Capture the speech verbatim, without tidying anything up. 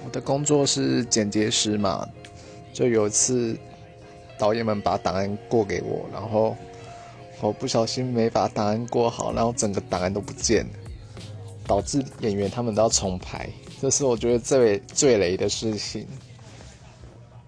我的工作是剪接师嘛，就有一次导演们把档案过给我，然后我不小心没把档案过好，然后整个档案都不见了，导致演员他们都要重排，这是我觉得最最雷的事情。